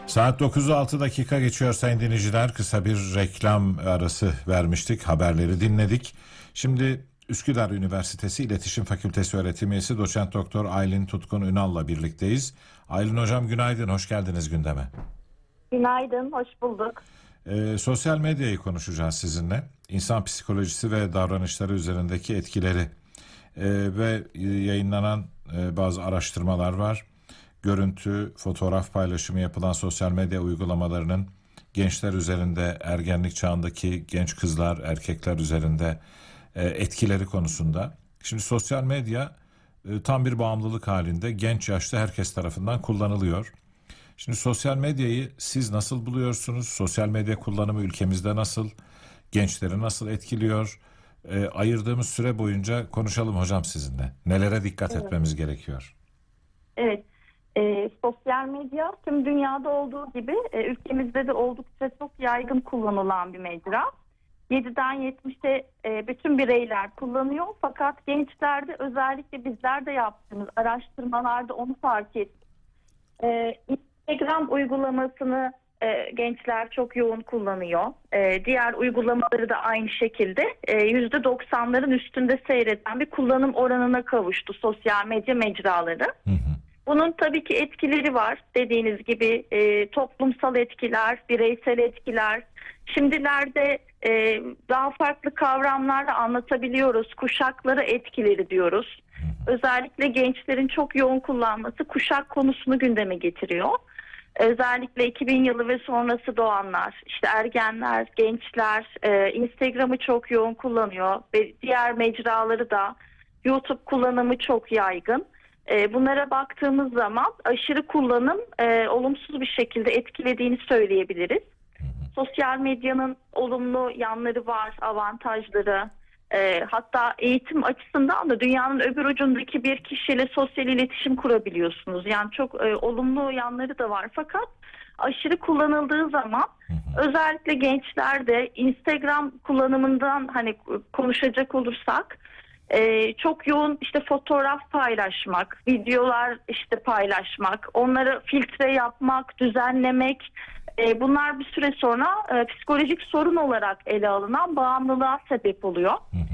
Saat 9'u 6 dakika geçiyor sayın dinleyiciler. Kısa bir reklam arası vermiştik. Haberleri dinledik. Şimdi Üsküdar Üniversitesi İletişim Fakültesi öğretim üyesi doçent doktor Aylin Tutkun Ünal'la birlikteyiz. Aylin hocam günaydın, hoş geldiniz gündeme. Günaydın, hoş bulduk. Sosyal medyayı konuşacağız sizinle. İnsan psikolojisi ve davranışları üzerindeki etkileri ve yayınlanan bazı araştırmalar var. Görüntü, fotoğraf paylaşımı yapılan sosyal medya uygulamalarının gençler üzerinde, ergenlik çağındaki genç kızlar, erkekler üzerinde etkileri konusunda. Şimdi sosyal medya tam bir bağımlılık halinde genç yaşta herkes tarafından kullanılıyor. Şimdi sosyal medyayı siz nasıl buluyorsunuz? Sosyal medya kullanımı ülkemizde nasıl? Gençleri nasıl etkiliyor? Ayırdığımız süre boyunca konuşalım hocam sizinle. Nelere dikkat etmemiz gerekiyor? Evet, sosyal medya tüm dünyada olduğu gibi ülkemizde de oldukça çok yaygın kullanılan bir mecra. 7'den 70'e bütün bireyler kullanıyor. Fakat gençlerde özellikle bizler de yaptığımız araştırmalarda onu fark ettik. Instagram uygulamasını gençler çok yoğun kullanıyor. Diğer uygulamaları da aynı şekilde %90'ların üstünde seyreden bir kullanım oranına kavuştu sosyal medya mecraları. Hı hı. Bunun tabii ki etkileri var. Dediğiniz gibi toplumsal etkiler, bireysel etkiler. Şimdilerde daha farklı kavramlarla anlatabiliyoruz. Kuşakları etkileri diyoruz. Özellikle gençlerin çok yoğun kullanması kuşak konusunu gündeme getiriyor. Özellikle 2000 yılı ve sonrası doğanlar, işte ergenler, gençler Instagram'ı çok yoğun kullanıyor ve diğer mecraları da, YouTube kullanımı çok yaygın. Bunlara baktığımız zaman aşırı kullanım olumsuz bir şekilde etkilediğini söyleyebiliriz. Sosyal medyanın olumlu yanları var, avantajları. Hatta eğitim açısından da dünyanın öbür ucundaki bir kişiyle sosyal iletişim kurabiliyorsunuz. Yani çok olumlu yanları da var. Fakat aşırı kullanıldığı zaman özellikle gençlerde Instagram kullanımından hani konuşacak olursak çok yoğun işte fotoğraf paylaşmak, videolar işte paylaşmak, onları filtre yapmak, düzenlemek. Bunlar bir süre sonra psikolojik sorun olarak ele alınan bağımlılığa sebep oluyor.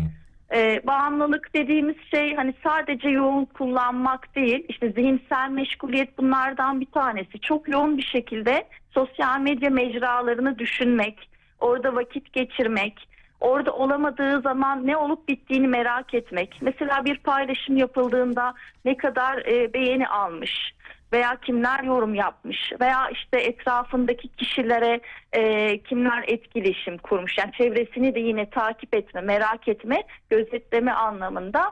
Bağımlılık dediğimiz şey hani sadece yoğun kullanmak değil, işte zihinsel meşguliyet bunlardan bir tanesi. Çok yoğun bir şekilde sosyal medya mecralarını düşünmek, orada vakit geçirmek, orada olamadığı zaman ne olup bittiğini merak etmek. Mesela bir paylaşım yapıldığında ne kadar beğeni almış veya kimler yorum yapmış veya işte etrafındaki kişilere kimler etkileşim kurmuş. Yani çevresini de yine takip etme, merak etme, gözetleme anlamında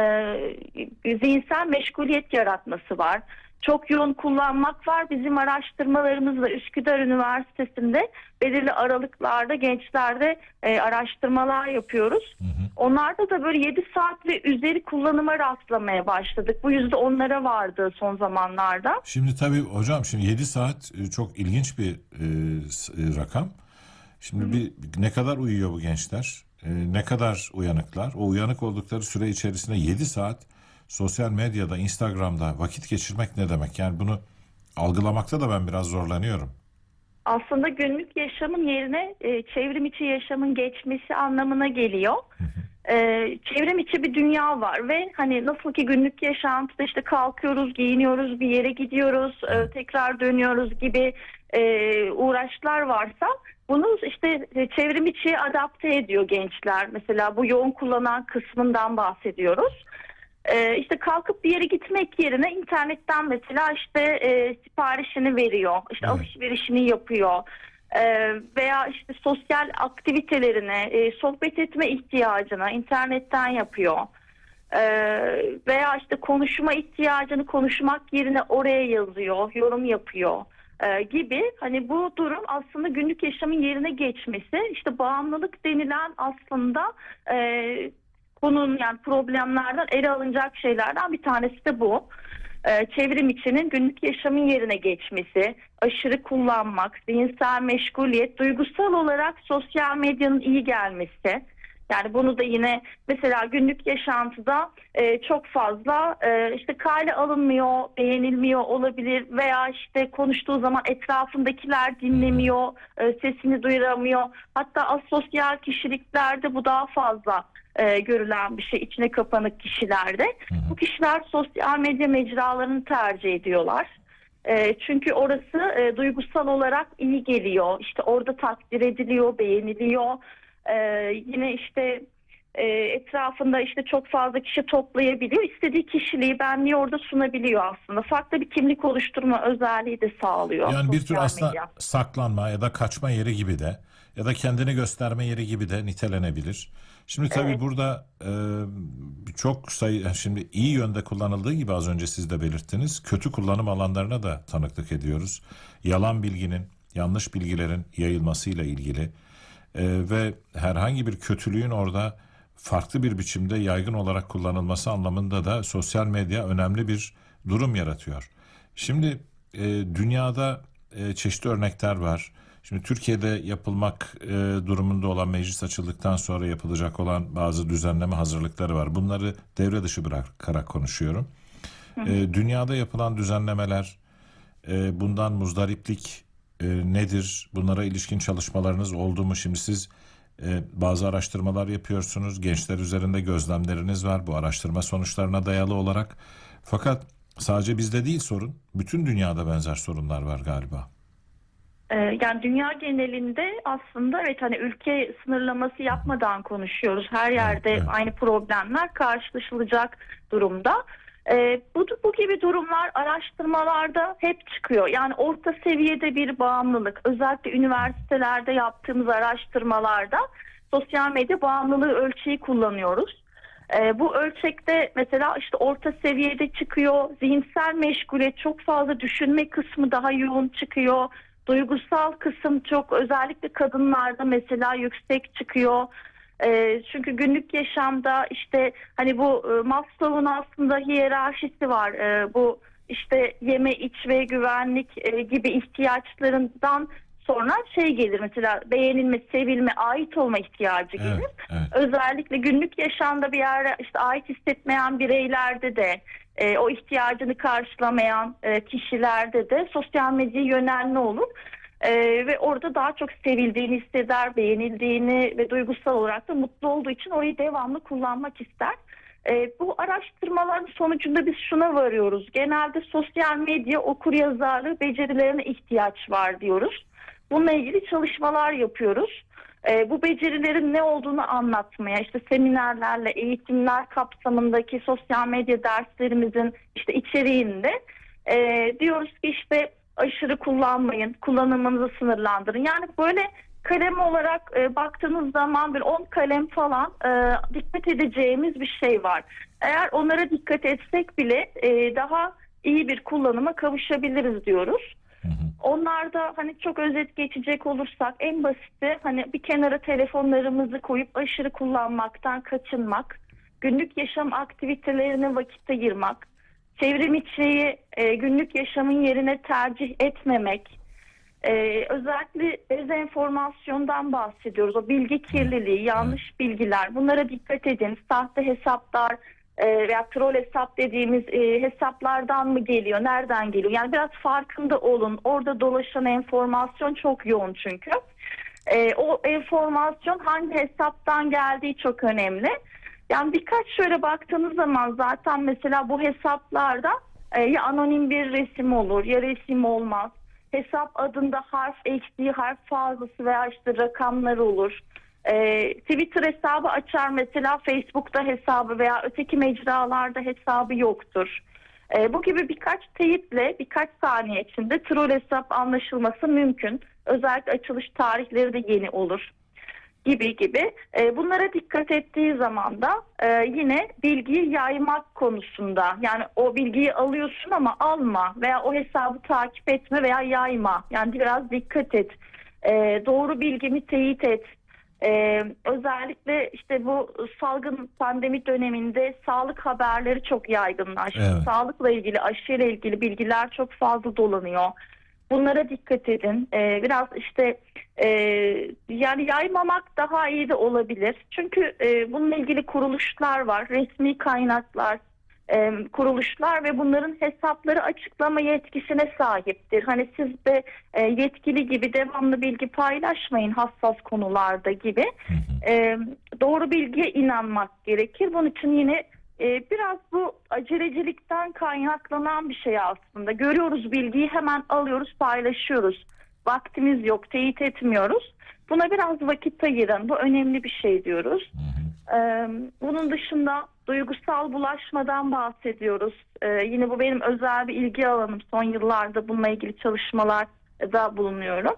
zihinsel meşguliyet yaratması var. Çok yoğun kullanmak var. Bizim araştırmalarımızda Üsküdar Üniversitesi'nde belirli aralıklarda gençlerde araştırmalar yapıyoruz. Onlarda da böyle 7 saat ve üzeri kullanıma rastlamaya başladık. Bu %10'lara vardı son zamanlarda. Şimdi tabii hocam şimdi 7 saat çok ilginç bir rakam. Şimdi ne kadar uyuyor bu gençler? Ne kadar uyanıklar? O uyanık oldukları süre içerisinde 7 saat sosyal medyada, Instagram'da vakit geçirmek ne demek? Yani bunu algılamakta da ben biraz zorlanıyorum. Aslında günlük yaşamın yerine çevrim içi yaşamın geçmesi anlamına geliyor. Çevrim içi bir dünya var ve hani nasıl ki günlük yaşantıda işte kalkıyoruz, giyiniyoruz, bir yere gidiyoruz, tekrar dönüyoruz gibi uğraşlar varsa bunu işte çevrim içi adapte ediyor gençler. Mesela bu yoğun kullanan kısmından bahsediyoruz. İşte kalkıp bir yere gitmek yerine internetten mesela işte siparişini veriyor, işte alışverişini yapıyor. Veya işte sosyal aktivitelerini, sohbet etme ihtiyacını internetten yapıyor. Veya işte konuşma ihtiyacını konuşmak yerine oraya yazıyor, yorum yapıyor gibi. Hani bu durum aslında günlük yaşamın yerine geçmesi. İşte bağımlılık denilen aslında bunun yani problemlerden ele alınacak şeylerden bir tanesi de bu. Çevrim içinin günlük yaşamın yerine geçmesi, aşırı kullanmak, zihinsel meşguliyet, duygusal olarak sosyal medyanın iyi gelmesi, Yani bunu da yine mesela günlük yaşantıda çok fazla işte kale alınmıyor, beğenilmiyor olabilir veya işte konuştuğu zaman etrafındakiler dinlemiyor, sesini duyuramıyor. Hatta asosyal kişiliklerde bu daha fazla görülen bir şey, içine kapanık kişilerde. Bu kişiler sosyal medya mecralarını tercih ediyorlar. Çünkü orası duygusal olarak iyi geliyor. İşte orada takdir ediliyor, beğeniliyor. Yine işte etrafında işte çok fazla kişi toplayabiliyor. İstediği kişiliği, benliği orada sunabiliyor aslında. Farklı bir kimlik oluşturma özelliği de sağlıyor Yani bir tür sosyal aslında medya. saklanma ya da kaçma yeri gibi de ya da kendini gösterme yeri gibi de nitelenebilir. Şimdi tabii Evet, burada çok sayı, şimdi iyi yönde kullanıldığı gibi az önce siz de belirttiniz, kötü kullanım alanlarına da tanıklık ediyoruz. Yalan bilginin, yanlış bilgilerin yayılmasıyla ilgili ve herhangi bir kötülüğün orada farklı bir biçimde yaygın olarak kullanılması anlamında da sosyal medya önemli bir durum yaratıyor. Şimdi dünyada çeşitli örnekler var. Şimdi Türkiye'de yapılmak durumunda olan, meclis açıldıktan sonra yapılacak olan bazı düzenleme hazırlıkları var. Bunları devre dışı bırakarak konuşuyorum. hı hı. Dünyada yapılan düzenlemeler, bundan muzdariplik nedir? Bunlara ilişkin çalışmalarınız oldu mu? Şimdi siz bazı araştırmalar yapıyorsunuz. Gençler üzerinde gözlemleriniz var bu araştırma sonuçlarına dayalı olarak. Fakat sadece bizde değil sorun. Bütün dünyada benzer sorunlar var galiba. Yani dünya genelinde aslında evet, hani ülke sınırlaması yapmadan konuşuyoruz. Her Evet, yerde evet. aynı problemler karşılaşılacak durumda. Bu gibi durumlar araştırmalarda hep çıkıyor. Yani orta seviyede bir bağımlılık, özellikle üniversitelerde yaptığımız araştırmalarda sosyal medya bağımlılığı ölçeği kullanıyoruz. Bu ölçekte mesela işte orta seviyede çıkıyor, zihinsel meşgule, çok fazla düşünme kısmı daha yoğun çıkıyor. Duygusal kısım çok, özellikle kadınlarda mesela yüksek çıkıyor. Çünkü günlük yaşamda işte hani bu Maslow'un aslında hiyerarşisi var. Bu işte yeme, içme, güvenlik gibi ihtiyaçlarından sonra şey gelir, mesela beğenilme, sevilme, ait olma ihtiyacı Evet, gelir. evet. Özellikle günlük yaşamda bir yere işte ait hissetmeyen bireylerde de o ihtiyacını karşılamayan kişilerde de sosyal medya yönelme olur. Ve orada daha çok sevildiğini hisseder, beğenildiğini ve duygusal olarak da mutlu olduğu için orayı devamlı kullanmak ister. Bu araştırmaların sonucunda biz şuna varıyoruz: genelde sosyal medya okuryazarlığı becerilerine ihtiyaç var diyoruz. Bununla ilgili çalışmalar yapıyoruz. Bu becerilerin ne olduğunu anlatmaya, işte seminerlerle, eğitimler kapsamındaki sosyal medya derslerimizin işte içeriğinde diyoruz ki işte aşırı kullanmayın, kullanımınızı sınırlandırın. Yani böyle kalem olarak baktığınız zaman bir 10 kalem falan dikkat edeceğimiz bir şey var. Eğer onlara dikkat etsek bile daha iyi bir kullanıma kavuşabiliriz diyoruz. Hı hı. Onlarda hani çok özet geçecek olursak en basiti, hani bir kenara telefonlarımızı koyup aşırı kullanmaktan kaçınmak, günlük yaşam aktivitelerine vakit ayırmak, çevrim içi günlük yaşamın yerine tercih etmemek, özellikle dezenformasyondan bahsediyoruz. O bilgi kirliliği, Evet. yanlış bilgiler, bunlara dikkat edin. Sahte hesaplar veya troll hesap dediğimiz hesaplardan mı geliyor, nereden geliyor? Yani biraz farkında olun. Orada dolaşan enformasyon çok yoğun çünkü. O enformasyon hangi hesaptan geldiği çok önemli. Yani birkaç şöyle baktığınız zaman zaten mesela bu hesaplarda ya anonim bir resim olur ya resim olmaz. Hesap adında harf eksiği, harf fazlası veya işte rakamlar olur. Twitter hesabı açar mesela, Facebook'ta hesabı veya öteki mecralarda hesabı yoktur. Bu gibi birkaç teyitle birkaç saniye içinde troll hesap anlaşılması mümkün. Özellikle açılış tarihleri de yeni olur gibi. Bunlara dikkat ettiği zaman da yine bilgiyi yaymak konusunda, yani o bilgiyi alıyorsun ama alma veya o hesabı takip etme veya yayma, yani biraz dikkat et. Doğru bilgimi teyit et. Özellikle işte bu salgın pandemi döneminde sağlık haberleri çok yaygınlaştı. Evet. Sağlıkla ilgili, aşıyla ilgili bilgiler çok fazla dolanıyor. Bunlara dikkat edin. Biraz işte yani yaymamak daha iyi de olabilir. Çünkü bununla ilgili kuruluşlar var, resmi kaynaklar, kuruluşlar ve bunların hesapları açıklama yetkisine sahiptir. Hani siz de yetkili gibi devamlı bilgi paylaşmayın hassas konularda gibi. Doğru bilgiye inanmak gerekir. Bunun için yine biraz bu acelecilikten kaynaklanan bir şey aslında. Görüyoruz bilgiyi, hemen alıyoruz, paylaşıyoruz. Vaktimiz yok, teyit etmiyoruz. Buna biraz vakit ayırın. Bu önemli bir şey diyoruz. Bunun dışında duygusal bulaşmadan bahsediyoruz. Yine bu benim özel bir ilgi alanım. Son yıllarda bununla ilgili çalışmalarda bulunuyorum.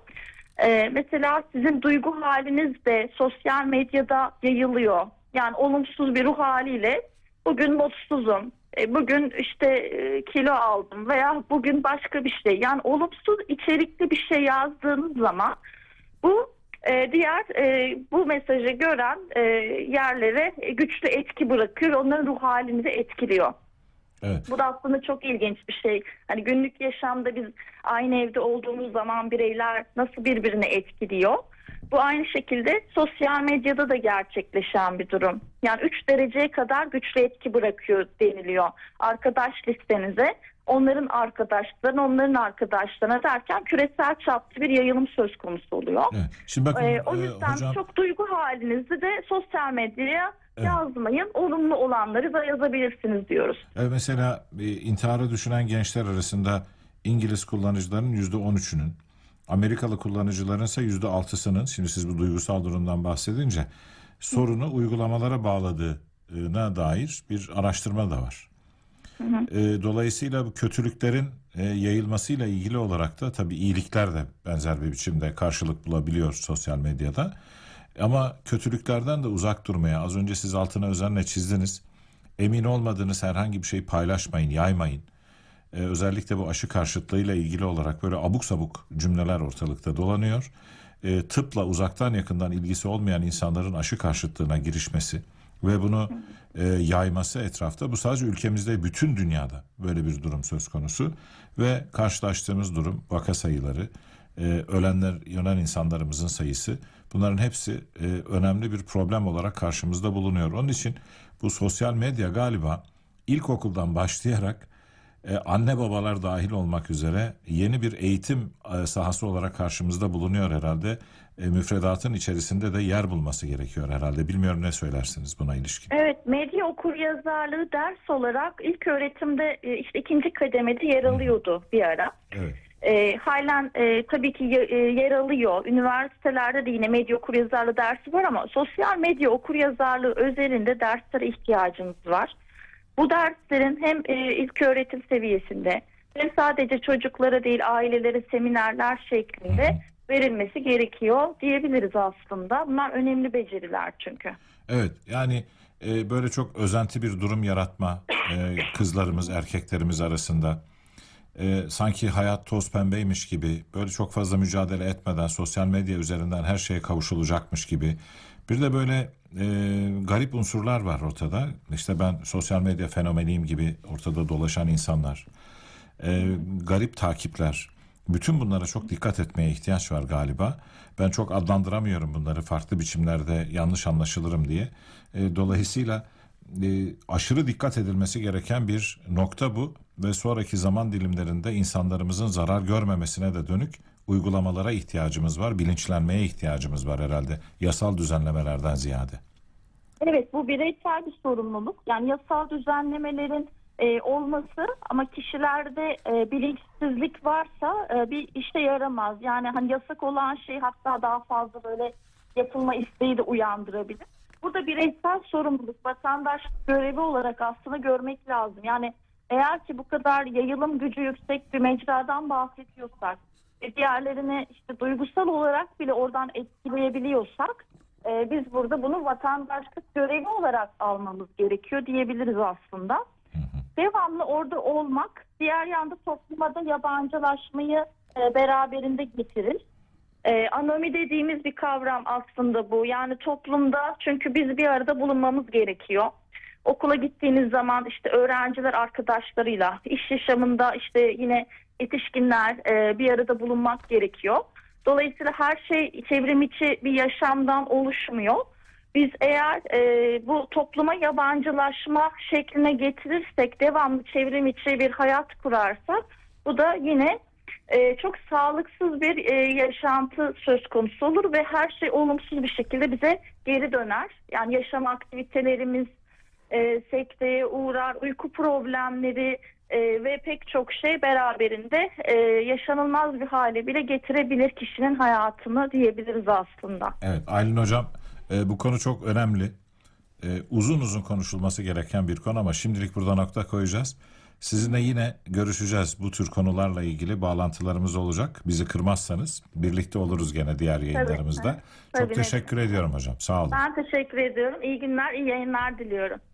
Mesela sizin duygu haliniz de sosyal medyada yayılıyor. Yani olumsuz bir ruh haliyle bugün mutsuzum, bugün işte kilo aldım veya bugün başka bir şey. Yani olumsuz içerikli bir şey yazdığınız zaman bu diğer bu mesajı gören yerlere güçlü etki bırakıyor. Onların ruh halini de etkiliyor. Evet. Bu da aslında çok ilginç bir şey. Hani günlük yaşamda biz aynı evde olduğumuz zaman bireyler nasıl birbirini etkiliyor? Bu aynı şekilde sosyal medyada da gerçekleşen bir durum. Yani 3 dereceye kadar güçlü etki bırakıyor deniliyor. Arkadaş listenize, onların arkadaşlarına, onların arkadaşlarına derken küresel çapta bir yayılım söz konusu oluyor. Evet. Şimdi bakın O yüzden hocam, çok duygu halinizi de sosyal medyaya evet, yazmayın. Olumlu olanları da yazabilirsiniz diyoruz. mesela intiharı düşünen gençler arasında İngiliz kullanıcıların %13'ünün, Amerikalı kullanıcıların ise %6'sının, şimdi siz bu duygusal durumdan bahsedince, sorunu uygulamalara bağladığına dair bir araştırma da var. Dolayısıyla bu kötülüklerin yayılmasıyla ilgili olarak da tabii iyilikler de benzer bir biçimde karşılık bulabiliyor sosyal medyada. Ama kötülüklerden de uzak durmaya, az önce siz altına özenle çizdiniz. Emin olmadığınız herhangi bir şeyi paylaşmayın, yaymayın. Özellikle bu aşı karşıtlığıyla ilgili olarak böyle abuk sabuk cümleler ortalıkta dolanıyor. Tıpla uzaktan yakından ilgisi olmayan insanların aşı karşıtlığına girişmesi ve bunu yayması etrafta, bu sadece ülkemizde, bütün dünyada böyle bir durum söz konusu ve karşılaştığımız durum, vaka sayıları, ölen insanlarımızın sayısı, bunların hepsi önemli bir problem olarak karşımızda bulunuyor. Onun için bu sosyal medya galiba ilkokuldan başlayarak anne babalar dahil olmak üzere yeni bir eğitim sahası olarak karşımızda bulunuyor herhalde. Müfredatın içerisinde de yer bulması gerekiyor herhalde. Bilmiyorum, ne söylersiniz buna ilişkin? Evet, medya okuryazarlığı ders olarak ilk öğretimde işte 2. kademede yer alıyordu bir ara. Evet. Halen tabii ki yer alıyor. Üniversitelerde de yine medya okuryazarlığı dersi var ama sosyal medya okuryazarlığı özelinde derslere ihtiyacımız var. Bu derslerin hem ilk öğretim seviyesinde hem sadece çocuklara değil ailelere seminerler şeklinde verilmesi gerekiyor diyebiliriz aslında. Bunlar önemli beceriler çünkü. Evet, yani böyle çok özenti bir durum yaratma kızlarımız, erkeklerimiz arasında. Sanki hayat toz pembeymiş gibi, böyle çok fazla mücadele etmeden sosyal medya üzerinden her şeye kavuşulacakmış gibi. Bir de böyle garip unsurlar var ortada. İşte ben sosyal medya fenomeniyim gibi ortada dolaşan insanlar, garip takipler. Bütün bunlara çok dikkat etmeye ihtiyaç var galiba. Ben çok adlandıramıyorum bunları, farklı biçimlerde yanlış anlaşılırım diye. Dolayısıyla aşırı dikkat edilmesi gereken bir nokta bu ve sonraki zaman dilimlerinde insanlarımızın zarar görmemesine de dönük uygulamalara ihtiyacımız var, bilinçlenmeye ihtiyacımız var herhalde, yasal düzenlemelerden ziyade. Evet, bu bireysel bir sorumluluk. Yani yasal düzenlemelerin olması, ama kişilerde bilinçsizlik varsa bir işe yaramaz. Yani hani yasak olan şey hatta daha fazla böyle yapılma isteği de uyandırabilir. Burada bireysel sorumluluk, vatandaş görevi olarak aslında görmek lazım. Yani eğer ki bu kadar yayılım gücü yüksek bir mecradan bahsediyorsak ve diğerlerini işte duygusal olarak bile oradan etkileyebiliyorsak, biz burada bunu vatandaşlık görevi olarak almamız gerekiyor diyebiliriz aslında. Devamlı orada olmak diğer yanda topluma da yabancılaşmayı beraberinde getirir. Anomi dediğimiz bir kavram aslında bu. Yani toplumda, çünkü biz bir arada bulunmamız gerekiyor. Okula gittiğiniz zaman işte öğrenciler arkadaşlarıyla, iş yaşamında işte yine yetişkinler bir arada bulunmak gerekiyor. Dolayısıyla her şey çevrim içi bir yaşamdan oluşmuyor. Biz eğer bu topluma yabancılaşma şekline getirirsek, devamlı çevrim içi bir hayat kurarsak, bu da yine çok sağlıksız bir yaşantı söz konusu olur ve her şey olumsuz bir şekilde bize geri döner. Yani yaşam aktivitelerimiz sekteye uğrar, uyku problemleri ve pek çok şey beraberinde yaşanılmaz bir hale bile getirebilir kişinin hayatını diyebiliriz aslında. Evet Aylin Hocam, bu konu çok önemli. Uzun uzun konuşulması gereken bir konu ama şimdilik burada nokta koyacağız. Sizinle yine görüşeceğiz. Bu tür konularla ilgili bağlantılarımız olacak. Bizi kırmazsanız birlikte oluruz gene diğer yayınlarımızda. Tabii. Çok teşekkür ediyorum hocam. Sağ olun. Ben teşekkür ediyorum. İyi günler, iyi yayınlar diliyorum.